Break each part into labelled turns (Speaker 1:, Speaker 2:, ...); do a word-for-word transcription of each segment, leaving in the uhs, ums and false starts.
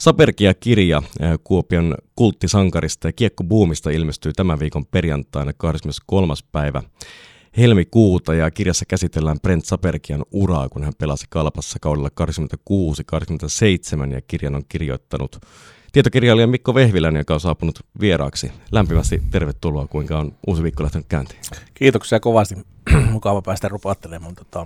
Speaker 1: Sapergia-kirja Kuopion kulttisankarista ja kiekkobuumista ilmestyy tämän viikon perjantaina kahdeskymmeneskolmas päivä helmikuuta, ja kirjassa käsitellään Brent Sapergian uraa, kun hän pelasi Kalpassa kaudella kaksikymmentäkuusi kaksikymmentäseitsemän, ja kirjan on kirjoittanut tietokirjailija Mikko Vehviläinen, joka on saapunut vieraaksi. Lämpimästi tervetuloa, kuinka on uusi viikko lähtenyt käyntiin?
Speaker 2: Kiitoksia kovasti. Mukava päästä rupattelemaan. Tota,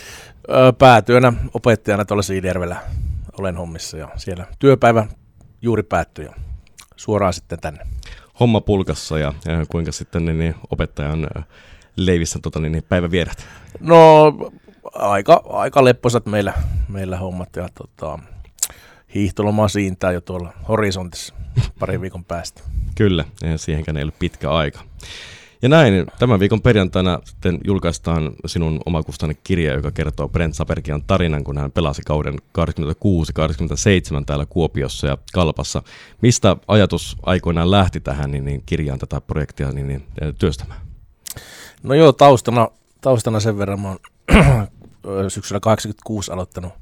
Speaker 2: päätyönä opettajana tuolla Siilijärvellä olen hommissa, ja siellä työpäivä juuri päättyi ja suoraan sitten tänne.
Speaker 1: Homma pulkassa, ja, ja kuinka sitten niin, niin, opettajan leivissä tota, niin, niin, päivä viedät?
Speaker 2: No aika, aika lepposat meillä, meillä hommat, ja tota, hiihtolomaa siintää jo tuolla horisontissa parin viikon päästä.
Speaker 1: Kyllä, siihenkään ei ollut pitkä aika. Ja näin, tämän viikon perjantaina sitten julkaistaan sinun omakustanne kirja, joka kertoo Brent Sapergian tarinan, kun hän pelasi kauden kaksikymmentäkuusi kaksikymmentäseitsemän täällä Kuopiossa ja Kalpassa. Mistä ajatus aikoinaan lähti tähän niin, niin kirjaan tätä projektia niin, niin, työstämään?
Speaker 2: No joo, taustana, taustana sen verran mä oon syksyllä kahdeksankymmentäkuusi aloittanut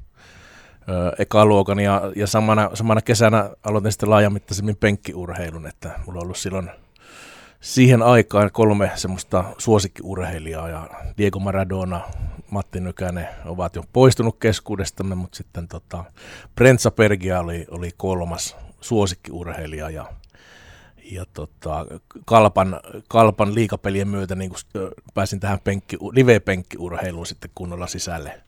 Speaker 2: ö, ekaluokan, ja, ja samana, samana kesänä aloitin sitten laajamittaisemmin penkkiurheilun, että mulla on ollut silloin siihen aikaan kolme semmoista suosikkiurheilijaa, ja Diego Maradona, Matti Nykänen ovat jo poistunut keskuudestamme, mutta sitten tota, Brent Sapergia oli, oli kolmas suosikkiurheilija, ja, ja tota, Kalpan, Kalpan liigapelien myötä niin kun pääsin tähän penkki, live-penkkiurheiluun sitten kunnolla sisälle.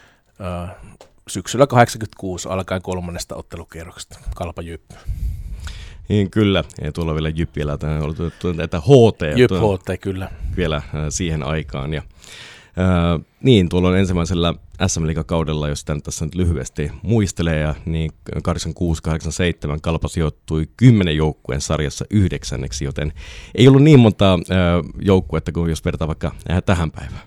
Speaker 2: Ö, syksyllä kahdeksankymmentäkuusi alkaen kolmannesta ottelukierroksesta Kalpa Jyppy.
Speaker 1: Niin kyllä, ja tuolla vielä Jyp vielä, tämä oli tätä H T.
Speaker 2: Jyp H T, kyllä. Vielä
Speaker 1: äh, siihen aikaan. Ja, äh, niin, tuolla on ensimmäisellä S M-liigakaudella, jos sitä nyt tässä nyt lyhyesti muistelee, ja niin kahdeksankymmentäkuusi kahdeksankymmentäseitsemän Kalpa sijoittui kymmenen joukkueen sarjassa yhdeksänneksi, joten ei ollut niin monta äh, joukkuetta kuin jos vertaa vaikka äh, tähän päivään.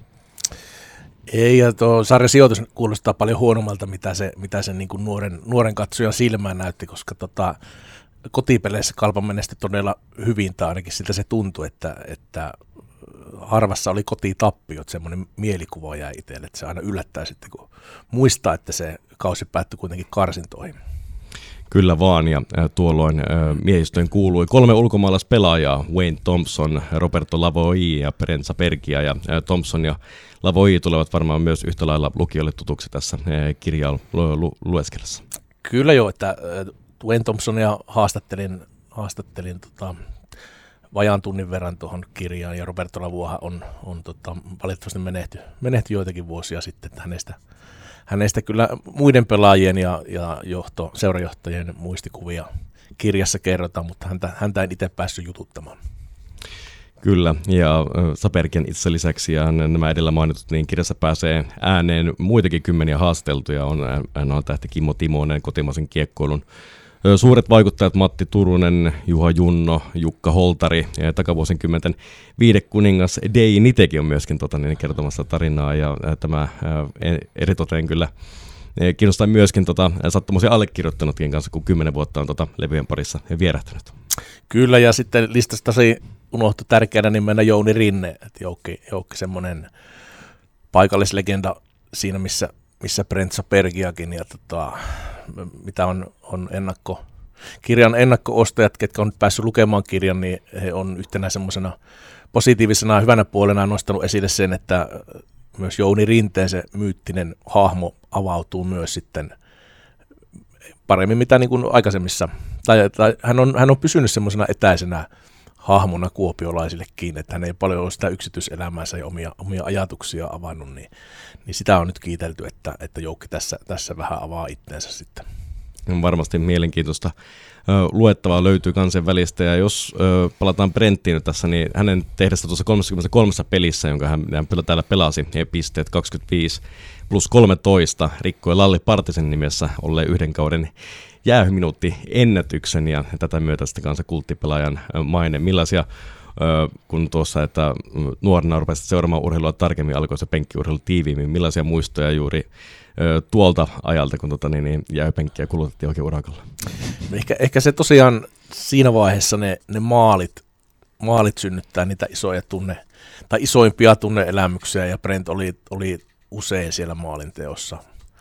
Speaker 2: Ei, ja tuo sarjasijoitus kuulostaa paljon huonommalta, mitä se, mitä se niin kuin nuoren, nuoren katsojan silmään näytti, koska tota, kotipeleissä Kalpa menestyi todella hyvin, tai ainakin siltä se tuntui, että, että harvassa oli kotitappiot, semmoinen mielikuva jäi itselle, että se aina yllättää sitten, kun muistaa, että se kausi päättyi kuitenkin karsintoihin.
Speaker 1: Kyllä vaan, ja tuolloin miehistöön kuului kolme ulkomaalaispelaajaa, Wayne Thompson, Roberto Lavoie ja Brent Sapergia, ja Thompson ja Lavoie tulevat varmaan myös yhtä lailla lukijoille tutuksi tässä kirjaa lu- lueskellessa.
Speaker 2: Kyllä joo, että Wayne Thompsonia haastattelin, haastattelin tota, vajaan tunnin verran tuohon kirjaan, ja Roberto Lavoie on, on tota, valitettavasti menehty, menehty joitakin vuosia sitten, että hänestä, hänestä kyllä muiden pelaajien ja, ja johto, seurajohtajien muistikuvia kirjassa kerrotaan, mutta häntä, häntä en itse päässyt jututtamaan.
Speaker 1: Kyllä, ja Sapergian itse lisäksi ja nämä edellä mainitut, niin kirjassa pääsee ääneen muitakin kymmeniä haasteltuja. On N H L-tähti Kimmo Timonen, kotimaisen kiekkoilun suuret vaikuttajat Matti Turunen, Juha Junno, Jukka Holtari ja takavuosikymmenten viidekuningas Dei Nitekin on myöskin tota, niin, kertomassa tarinaa, ja tämä eritoten kyllä kiinnostaa myöskin tota, sattumoisin allekirjoittanutkin kanssa, kun kymmenen vuotta on tota, levyjen parissa vierähtänyt.
Speaker 2: Kyllä, ja sitten listastasi unohtui tärkeänä nimenä Jouni Rinne, että Joukki, Joukki semmoinen paikallislegenda siinä, missä, missä Brent Sapergiakin, ja tota, mitä on, on ennakko, kirjan ennakko-ostajat, ketkä on nyt päässyt lukemaan kirjan, niin he on yhtenä semmoisena positiivisena ja hyvänä puolena nostanut esille sen, että myös Jouni Rinteen se myyttinen hahmo avautuu myös sitten paremmin mitä niin kuin aikaisemmissa, tai, tai hän, on, hän on pysynyt semmoisena etäisenä hahmona kuopiolaisillekin, että hän ei paljon ole sitä yksityiselämäänsä ja omia, omia ajatuksia avannut, niin, niin sitä on nyt kiitelty, että, että Joukki tässä, tässä vähän avaa itteensä sitten.
Speaker 1: Varmasti mielenkiintoista luettavaa löytyy kansen välistä, ja jos ö, palataan Brenttiin tässä, niin hänen tehdessä tuossa kolmekymmentäkolme pelissä, jonka hän, hän täällä pelasi, pisteet kaksikymmentäviisi plus kolmetoista, rikkoi Lalli Partisen nimessä olleen yhden kauden jäähyminuutti ennätyksen, ja tätä myötä sitten kanssa kulttipelaajan maine. Millaisia, ö, kun tuossa, että nuorena rupesit seuraamaan urheilua tarkemmin, alkoi se penkkiurheilu tiiviimmin, millaisia muistoja juuri tuolta ajalta, kun tota, niin, niin jääpenkkiä kulutettiin oikein urakalla?
Speaker 2: Ehkä, ehkä se tosiaan siinä vaiheessa ne, ne maalit, maalit synnyttää niitä isoja tunne, tai isoimpia tunne-elämyksiä, ja Brent oli, oli usein siellä maalinteossa.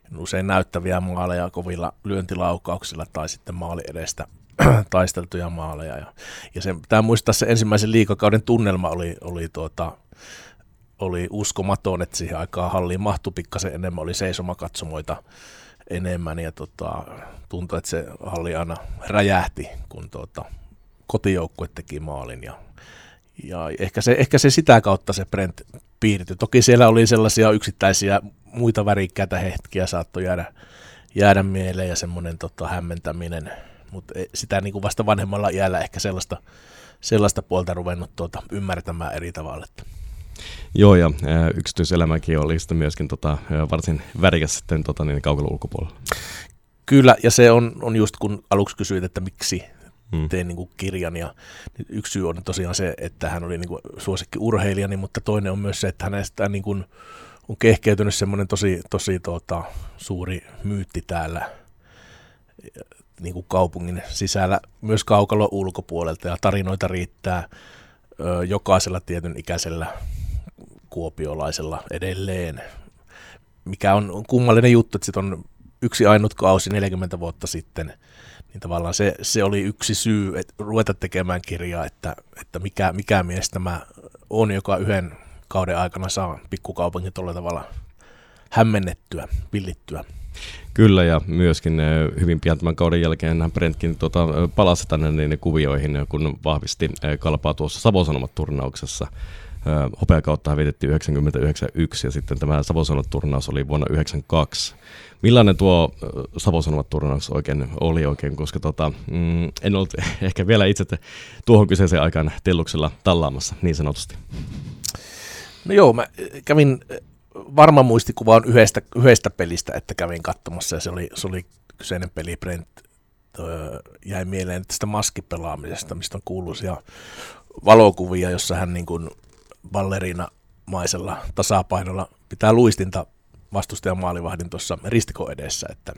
Speaker 2: usein näyttäviä maaleja kovilla lyöntilaukauksilla tai sitten maali edestä taisteltuja maaleja. Ja, ja se pitää muistaa, se ensimmäisen liigakauden tunnelma oli, oli, tuota, oli uskomaton, että siihen aikaan halliin mahtui pikkasen enemmän, oli seisomakatsomoita enemmän ja tota, tuntui, että se halli aina räjähti, kun tuota, kotijoukkue teki maalin ja, ja ehkä, se, ehkä se sitä kautta se Brent piirtyi. Toki siellä oli sellaisia yksittäisiä muita värikkäitä hetkiä saattoi jäädä, jäädä mieleen ja semmoinen tota, hämmentäminen, mutta sitä niin kuin vasta vanhemmalla iällä ehkä sellaista, sellaista puolta ruvennut tuota, ymmärtämään eri tavalla.
Speaker 1: Joo, ja ä, yksityiselämäkin oli sitten myöskin tota, varsin värikäs sitten tota, niin kaukalon ulkopuolella.
Speaker 2: Kyllä, ja se on, on just kun aluksi kysyit, että miksi hmm. tein niin kuin kirjan, ja yksi syy on tosiaan se, että hän oli niin kuin suosikki urheilijani, mutta toinen on myös se, että hänestä niin kuin on kehkeytynyt semmoinen tosi, tosi tota, suuri myytti täällä niin kuin kaupungin sisällä, myös kaukalon ulkopuolelta, ja tarinoita riittää ö, jokaisella tietyn ikäisellä kuopiolaisella edelleen, mikä on kummallinen juttu, että sit on yksi ainut kausi neljäkymmentä vuotta sitten, niin tavallaan se, se oli yksi syy, että ruveta tekemään kirjaa, että, että mikä, mikä mies tämä on, joka yhden kauden aikana saa pikkukaupungin tuolla tavalla hämmennettyä, pillittyä.
Speaker 1: Kyllä, ja myöskin hyvin pian tämän kauden jälkeen Brentkin tuota, palasi tänne niin kuvioihin, kun vahvisti Kalpaa tuossa Savon Sanomat-turnauksessa. Hopeakautta hävitettiin yhdeksänkymmentäyhdeksän yksi ja sitten tämä Savon Sanomat-turnaus oli vuonna yhdeksänkymmentäkaksi. Millainen tuo Savon Sanomat-turnaus oikein oli oikein, koska tota, mm, en ollut ehkä vielä itse tuohon kyseiseen aikaan telluksella tallaamassa niin sanotusti.
Speaker 2: No joo, mä kävin, varma muistikuva on yhdestä, yhdestä pelistä, että kävin katsomassa ja se oli, se oli kyseinen peli, Brent öö, jäi mieleen tästä maskipelaamisesta, mistä on kuuluisia valokuvia, jossa hän niin kuin balleriinamaisella tasapainolla pitää luistinta vastustajan maalivahdin tuossa ristikon edessä, että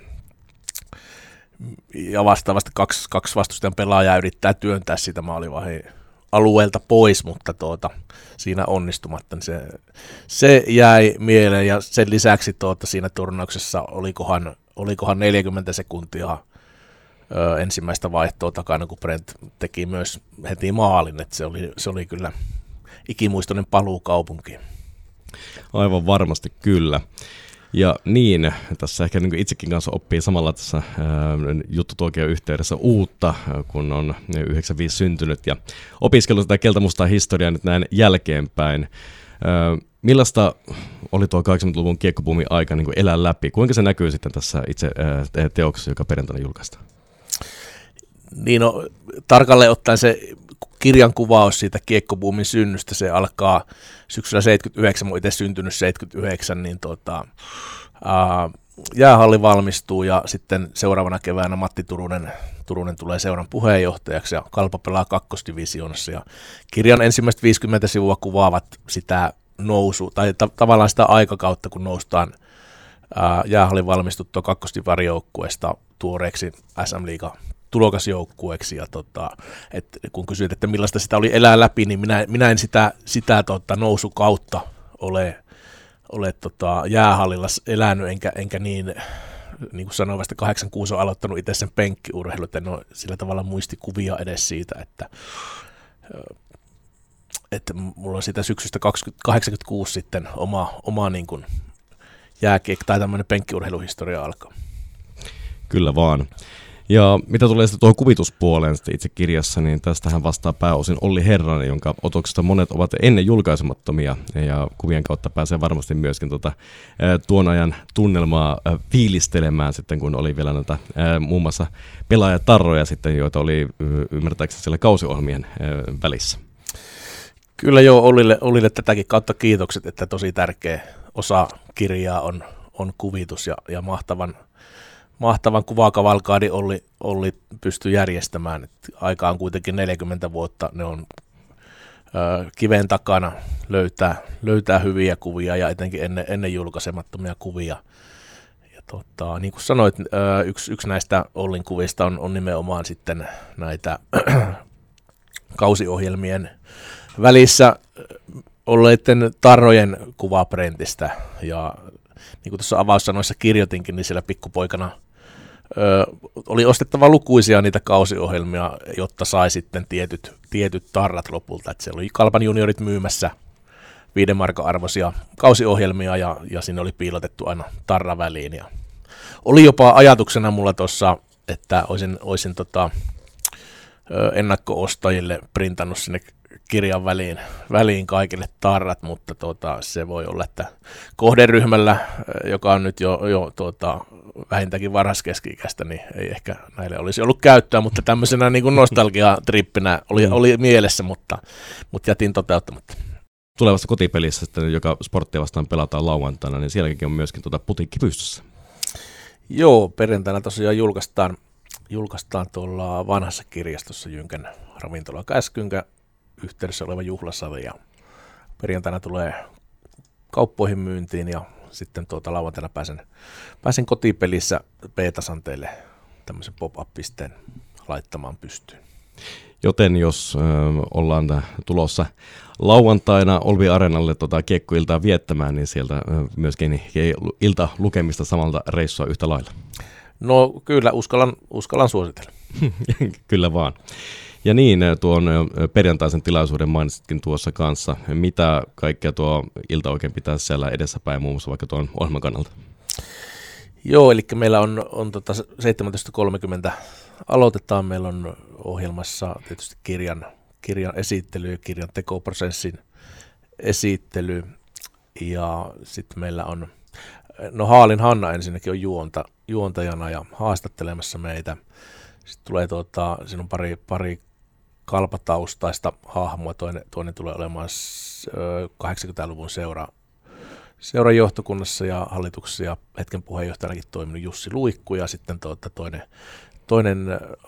Speaker 2: ja vastaavasti kaksi, kaksi vastustajan pelaajaa yrittää työntää siitä maalivahdin alueelta pois, mutta tuota, siinä onnistumatta, niin se, se jäi mieleen, ja sen lisäksi tuota, siinä turnauksessa olikohan, olikohan neljäkymmentä sekuntia ö, ensimmäistä vaihtoa takana, kun Brent teki myös heti maalin, että se oli, se oli kyllä ikimuistoinen paluu kaupunkiin.
Speaker 1: Aivan varmasti kyllä. Ja niin, tässä ehkä niin itsekin kanssa oppii samalla tässä ää, juttutuokion yhteydessä uutta, kun on yhdeksänkymmentäviisi syntynyt ja opiskellut sitä keltamustaa historiaa nyt näin jälkeenpäin. Ää, millaista oli tuo kahdeksankymmentäluvun kiekkobuumin aika niin kuin elää läpi? Kuinka se näkyy sitten tässä itse ää, teoksessa, joka perjantaina julkaistaan?
Speaker 2: Niin no, tarkalleen ottaen se kirjan kuvaus siitä kiekkobuumin synnystä, se alkaa syksyllä seitsemänkymmentäyhdeksän, mä oon itse syntynyt seitsemänkymmentäyhdeksän, niin tota, ää, jäähalli valmistuu ja sitten seuraavana keväänä Matti Turunen, Turunen tulee seuran puheenjohtajaksi ja Kalpa pelaa kakkosdivisioonassa ja kirjan ensimmäiset viisikymmentä sivua kuvaavat sitä nousu, tai ta- tavallaan sitä aikakautta, kun noustaan ää, jäähallin valmistuttua kakkosdivarjoukkueesta tuoreeksi S M-liigan tulokasjoukkueeksi, ja tota, et kun kysyit, että millaista sitä oli elää läpi, niin minä, minä en sitä, sitä tota, nousukautta ole, ole tota, jäähallilla elänyt, enkä, enkä niin, niin kuin sanoin, vasta kahdeksankymmentäkuusi on aloittanut itse sen penkkiurheilu, en ole sillä tavalla muistikuvia edes siitä, että, että mulla on siitä syksystä kahdeksankymmentäkuusi sitten oma, oma niin kuin jääkiek tai tämmöinen penkkiurheiluhistoria alkaa.
Speaker 1: Kyllä vaan. Ja mitä tulee sitten tuohon kuvituspuoleen sitten itse kirjassa, niin tästähän vastaa pääosin Olli Herranen, jonka otoksista monet ovat ennen julkaisemattomia, ja kuvien kautta pääsee varmasti myöskin tuota, tuon ajan tunnelmaa fiilistelemään sitten, kun oli vielä näitä muun muassa pelaajatarroja sitten, joita oli ymmärtääkseni siellä kausiohjelmien välissä.
Speaker 2: Kyllä joo, Ollille, Ollille tätäkin kautta kiitokset, että tosi tärkeä osa kirjaa on, on kuvitus ja, ja mahtavan Mahtavan kuvakavalkaadin Olli, Olli pystyi järjestämään. Et aika on kuitenkin neljäkymmentä vuotta, ne on ö, kiven takana löytää, löytää hyviä kuvia ja etenkin ennen, ennen julkaisemattomia kuvia. Ja tota, niin kuin sanoit, ö, yksi, yksi näistä Ollin kuvista on, on nimenomaan sitten näitä kausiohjelmien välissä olleiden tarrojen kuvaprentistä ja niin kuin tuossa avaussanoissa kirjoitinkin, niin siellä pikkupoikana ö, oli ostettava lukuisia niitä kausiohjelmia, jotta sai sitten tietyt, tietyt tarrat lopulta. Et siellä oli Kalpan juniorit myymässä viiden markan arvoisia kausiohjelmia ja, ja sinne oli piilotettu aina tarra väliin. Ja oli jopa ajatuksena mulla tuossa, että olisin, olisin tota, ennakko-ostajille printannut sinne kirjan väliin, väliin kaikille tarrat, mutta tuota, se voi olla, että kohderyhmällä, joka on nyt jo, jo tuota, vähintäänkin varhaiskeski-ikäistä, niin ei ehkä näille olisi ollut käyttöä, mutta tämmöisenä niin kuin nostalgia-trippinä oli, mm. oli mielessä, mutta, mutta jätin toteuttamatta.
Speaker 1: Tulevassa kotipelissä, sitten, joka Sporttia vastaan pelataan lauantaina, niin sielläkin on myöskin tuota putiikki pystyssä. Joo,
Speaker 2: perjantaina tosiaan julkaistaan, julkaistaan tuolla vanhassa kirjastossa Jynkän ravintola Käskynkä yhteydessä oleva juhlasali, ja perjantaina tulee kauppoihin myyntiin, ja sitten tuota lauantaina pääsen, pääsen kotipelissä P-tasanteille tämmöisen pop-up-pisteen laittamaan pystyyn.
Speaker 1: Joten jos ö, ollaan tulossa lauantaina Olvi Areenalle tota kiekkoiltaa viettämään, niin sieltä ö, myöskin ilta lukemista samalta reissua yhtä lailla.
Speaker 2: No kyllä, uskallan, uskallan suositella.
Speaker 1: Kyllä vaan. Ja niin, tuon perjantaisen tilaisuuden mainitsitkin tuossa kanssa. Mitä kaikkea tuo ilta oikein pitää siellä edessäpäin, muun muassa vaikka tuon ohjelman kannalta?
Speaker 2: Joo, eli meillä on, on tota seitsemäntoista kolmekymmentä aloitetaan. Meillä on ohjelmassa tietysti kirjan, kirjan esittely ja kirjan tekoprosessin esittely. Ja sitten meillä on, no Haalin Hanna ensinnäkin on juonta, juontajana ja haastattelemassa meitä. Sitten tulee tuota, siinä on pari, pari kalpataustaista hahmoa. Toinen, toinen tulee olemaan kahdeksankymmentäluvun seura, seuran johtokunnassa ja hallituksessa ja hetken puheenjohtajanakin toiminut Jussi Luikku. Ja sitten tuota, toinen, toinen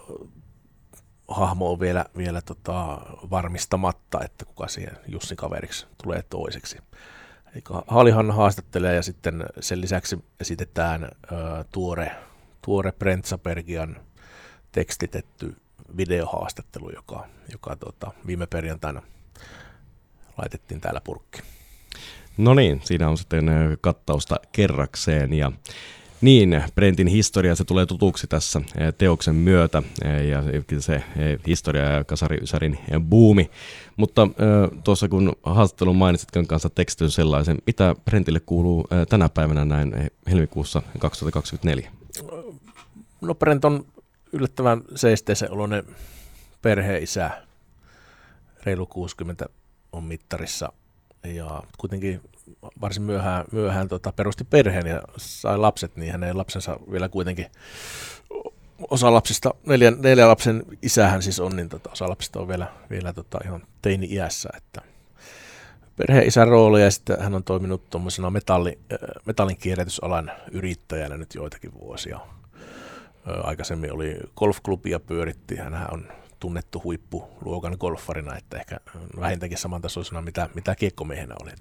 Speaker 2: hahmo on vielä, vielä tota, varmistamatta, että kuka siihen Jussin kaveriksi tulee toiseksi. Eli Haalihanna haastattelee ja sitten sen lisäksi esitetään ö, tuore, tuore Brentsapergian tekstitetty videohaastattelu, joka, joka tota, viime perjantaina laitettiin täällä purkkiin.
Speaker 1: No niin, siinä on sitten kattausta kerrakseen ja niin, Brentin historia, se tulee tutuksi tässä teoksen myötä ja se historia ja Kasari Ysärin buumi, mutta tuossa kun haastattelun mainitsitkin kanssa tekstin sellaisen, mitä Brentille kuuluu tänä päivänä näin helmikuussa kaksituhattakaksikymmentäneljä?
Speaker 2: No Brent on yllättävän seisteisen oloinen perheisä, reilu kuusikymmentä on mittarissa ja kuitenkin varsin myöhään, myöhään tota, perusti perheen ja sai lapset, niin hänen lapsensa vielä kuitenkin, osa lapsista, neljän, neljän lapsen isähän siis on, niin tota, osa lapsista on vielä, vielä tota, ihan teini-iässä, että perheen isän rooli ja sitten hän on toiminut tuommoisena metalli, metallin kierrätysalan yrittäjänä nyt joitakin vuosia. Aikaisemmin oli golfklubia pyöritti, hänhän on tunnettu huippuluokan golfarina, että ehkä vähintäänkin samantasoisena mitä, mitä kiekkomiehenä oli.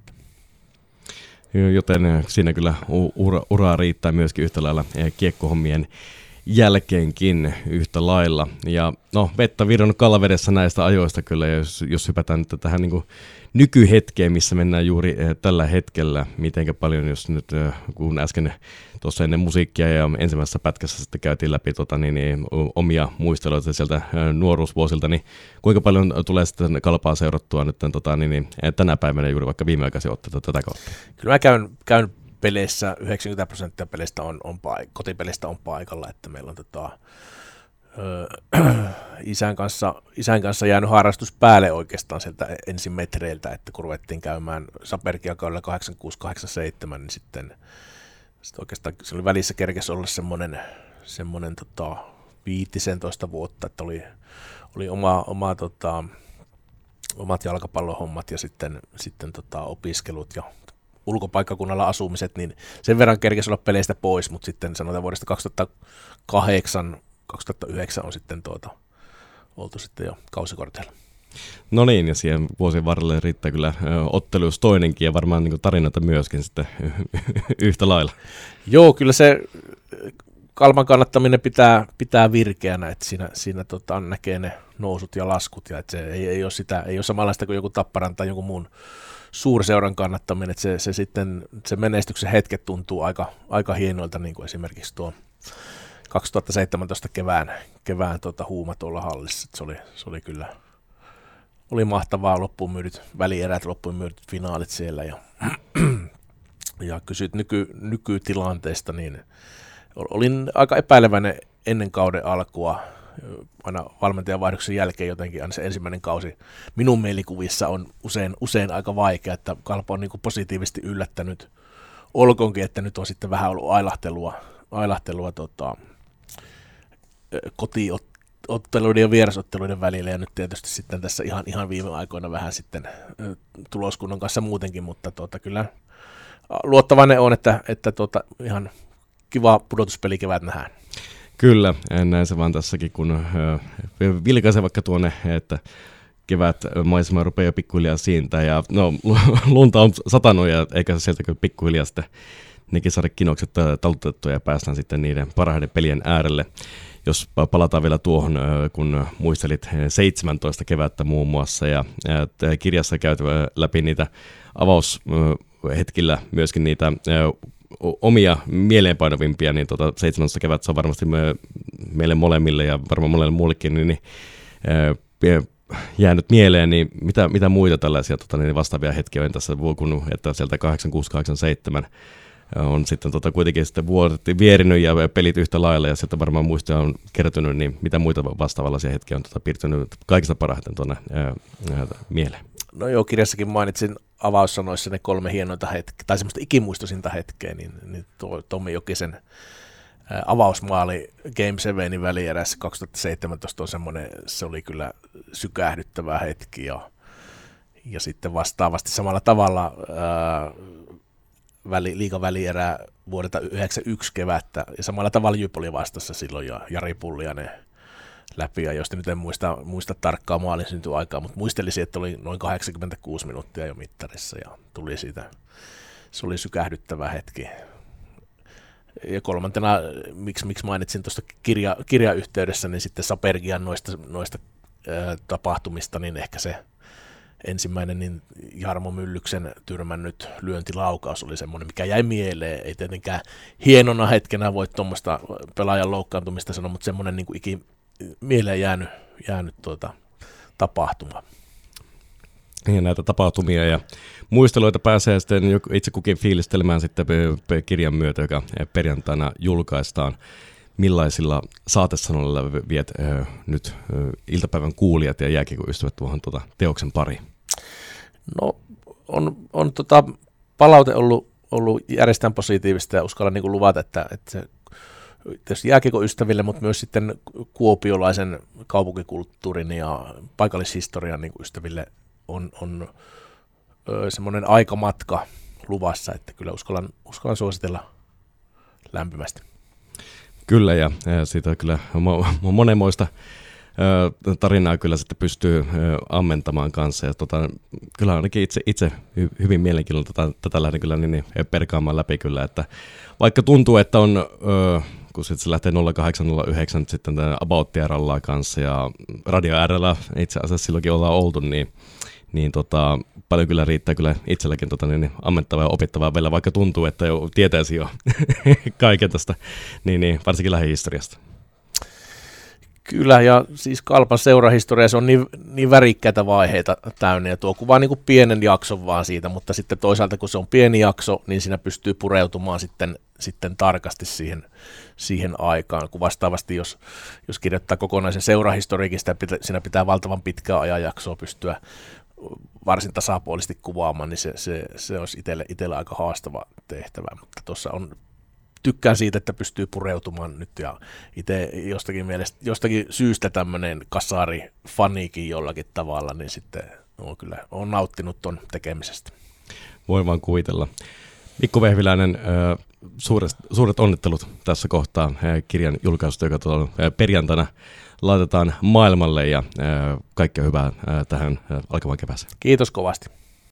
Speaker 1: Joten siinä kyllä ura, uraa riittää myöskin yhtä lailla kiekkohommien jälkeenkin yhtä lailla. Ja no, vettä vironnut kalavedessä näistä ajoista kyllä, jos, jos hypätään nyt tähän niin kuin nykyhetkeen, missä mennään juuri tällä hetkellä, mitenkä paljon, jos nyt kun äsken tuossa ennen musiikkia ja ensimmäisessä pätkässä sitten käytiin läpi tota, niin, niin, omia muisteluita sieltä nuoruusvuosilta, niin kuinka paljon tulee sitten Kalpaa seurattua nyt tota, niin, niin, tänä päivänä juuri vaikka viimeaikaisia otteita tätä kautta?
Speaker 2: Kyllä mä käyn, käyn peleissä, yhdeksänkymmentä prosenttia peleistä on, on paik- kotipelistä on paikalla, että meillä on tota, ö, isän, kanssa, isän kanssa jäänyt harrastus päälle oikeastaan sieltä ensin metreiltä, että kun ruvettiin käymään Sapergia-kaudella kahdeksankymmentäkuusi kahdeksankymmentäseitsemän, niin sitten, sitten oikeastaan se oli välissä kerkesi olla semmoinen, semmoinen tota, viisitoista vuotta, että oli, oli oma, oma, tota, omat jalkapallohommat ja sitten, sitten tota, opiskelut ja ulkopaikkakunnalla asumiset, niin sen verran kerkesi olla peleistä pois, mutta sitten sanotaan vuodesta kaksituhattakahdeksan kaksituhattayhdeksän on sitten tuota, oltu sitten jo kausikorteilla.
Speaker 1: No niin, ja siihen vuosien varrelle riittää kyllä otteluus toinenkin ja varmaan niin kuin tarinoita myöskin sitten yhtä lailla.
Speaker 2: Joo, kyllä se Kalpan kannattaminen pitää, pitää virkeänä, että siinä, siinä tota, näkee ne nousut ja laskut, ja että se ei, ei, ole sitä, ei ole samanlaista kuin joku Tapparan tai jonkun muun suurseuran kannattaminen, että se, se, sitten, se menestyksen hetket tuntuu aika, aika hienoilta, niin kuin esimerkiksi tuo kaksituhattaseitsemäntoista kevään, kevään tuota, huuma tuolla hallissa, että se oli, se oli kyllä oli mahtavaa, loppuun myydyt välierät, loppuun myydyt finaalit siellä, ja, ja kysyt nyky, nykytilanteesta, niin olin aika epäileväinen ennen kauden alkua, aina valmentajanvaihdoksen jälkeen jotenkin aina se ensimmäinen kausi minun mielikuvissa on usein, usein aika vaikea, että Kalpa on niin kuin positiivisesti yllättänyt, olkoonkin, että nyt on sitten vähän ollut ailahtelua, ailahtelua tota, kotiotteluiden ja vierasotteluiden välillä, ja nyt tietysti sitten tässä ihan, ihan viime aikoina vähän sitten tuloskunnan kanssa muutenkin, mutta tota, kyllä luottavainen on, että, että tota, ihan kiva pudotuspelikevät nähdään.
Speaker 1: Kyllä, näin se vaan tässäkin, kun vilkaisen vaikka tuonne, että kevät maisema rupeaa jo pikkuhiljaa siitä, ja no lunta on satanut, ja eikä se sieltä kyllä pikkuhiljaa sitten nekin saada kinokset talutettua, ja päästään sitten niiden parhaiden pelien äärelle. Jos palataan vielä tuohon, kun muistelit seitsemäntoista kevättä muun muassa, ja kirjassa käyty läpi niitä avaushetkillä myöskin niitä omia mieleenpainovimpia, niin tuota seitsemäntoista kevättä se on varmasti me, meille molemmille ja varmaan monelle muullekin niin, niin, jäänyt mieleen, niin mitä, mitä muita tällaisia tota, niin vastaavia hetkiä on tässä, kun että sieltä kahdeksankymmentäkuusi kahdeksankymmentäseitsemän on sitten tota, kuitenkin sitten vuodet vierinyt ja pelit yhtä lailla, ja sieltä varmaan muistoja on kertynyt, niin mitä muita vastaavallaisia hetkiä on tota, piirtynyt kaikista parhaiten tuonne ää, ää, mieleen?
Speaker 2: No joo, kirjassakin mainitsin avaussanoissa ne kolme hienointa hetkeä, tai semmoista ikimuistoisinta hetkeä, niin, niin tuo Tommi Jokisen ää, avausmaali Game sevenin välierässä kaksituhattaseitsemäntoista on semmoinen, se oli kyllä sykähdyttävä hetki, ja, ja sitten vastaavasti samalla tavalla ää, väli, liigan välierää vuodelta yhdeksänkymmentäyksi kevättä, ja samalla tavalla Jyp oli vastassa silloin, ja Jari Pulliainen läpi, ja josta nyt en muista, muista tarkkaa maalin syntyaikaa, mutta muistelisin, että oli noin kahdeksankymmentäkuusi minuuttia jo mittarissa, ja tuli siitä, se oli sykähdyttävä hetki. Ja kolmantena, miksi, miksi mainitsin tuosta kirja, kirjayhteydessä, niin sitten Sapergian noista, noista ää, tapahtumista, niin ehkä se ensimmäinen niin Jarmo Myllyksen tyrmännyt lyöntilaukaus oli semmoinen, mikä jäi mieleen. Ei tietenkään hienona hetkenä voi tuommoista pelaajan loukkaantumista sanoa, mutta semmoinen niin kuin iki mieleen jäänyt, jäänyt tuota, tapahtuma.
Speaker 1: Ja näitä tapahtumia ja muisteluita pääsee sitten itse kukin fiilistelemään sitten kirjan myötä, joka perjantaina julkaistaan. Millaisilla saatesanoilla viet äh, nyt äh, iltapäivän kuulijat ja jääkiekkoystävät tuohon tuota, teoksen pariin?
Speaker 2: No on, on tota, palaute ollut, ollut järjestään positiivista, ja uskallan niin kuin luvata, että, että se tietysti jääkiekkoystäville, mutta myös sitten kuopiolaisen kaupunkikulttuurin ja paikallishistorian niin kuin ystäville on, on ö, semmoinen aikamatka luvassa, että kyllä uskallan, uskallan suositella lämpimästi.
Speaker 1: Kyllä, ja, ja siitä kyllä monenmoista ö, tarinaa kyllä sitten pystyy ö, ammentamaan kanssa, ja tota, kyllä ainakin itse, itse hy, hyvin mielenkiinnolla tätä, tätä lähden kyllä niin, niin perkaamaan läpi kyllä, että vaikka tuntuu, että on, ö, kun sitten se lähtee nolla kahdeksan nolla yhdeksän sitten tämän Abouttia rallaa kanssa, ja Radio R:llä itse asiassa silloinkin ollaan oltu, niin niin tota, paljon kyllä riittää kyllä itselläkin tota, niin, ammettavaa ja opittavaa vielä, vaikka tuntuu, että jo tietäisi jo kaiken tästä, niin, niin, varsinkin lähihistoriasta.
Speaker 2: Kyllä, ja siis Kalpan seurahistoria, se on niin, niin värikkäitä vaiheita täynnä, ja tuo kuvaa niin kuin pienen jakson vaan siitä, mutta sitten toisaalta kun se on pieni jakso, niin siinä pystyy pureutumaan sitten, sitten tarkasti siihen, siihen aikaan, kun vastaavasti jos, jos kirjoittaa kokonaisen seurahistoriikin, sitä pitä, siinä pitää valtavan pitkää ajanjaksoa pystyä varsin tasapuolisesti kuvaamaan, niin se, se, se olisi itselle, itselle aika haastava tehtävä, mutta tuossa on, tykkään siitä, että pystyy pureutumaan nyt, ja itse jostakin, mielestä, jostakin syystä tämmöinen kasari-faniikin jollakin tavalla, niin sitten on kyllä on nauttinut ton tekemisestä.
Speaker 1: Voin vaan kuvitella. Mikko Vehviläinen, suuret, suuret onnittelut tässä kohtaa kirjan julkaisusta, joka tuolla perjantaina laitetaan maailmalle, ja kaikkea hyvää tähän alkavaan kevääseen.
Speaker 2: Kiitos kovasti.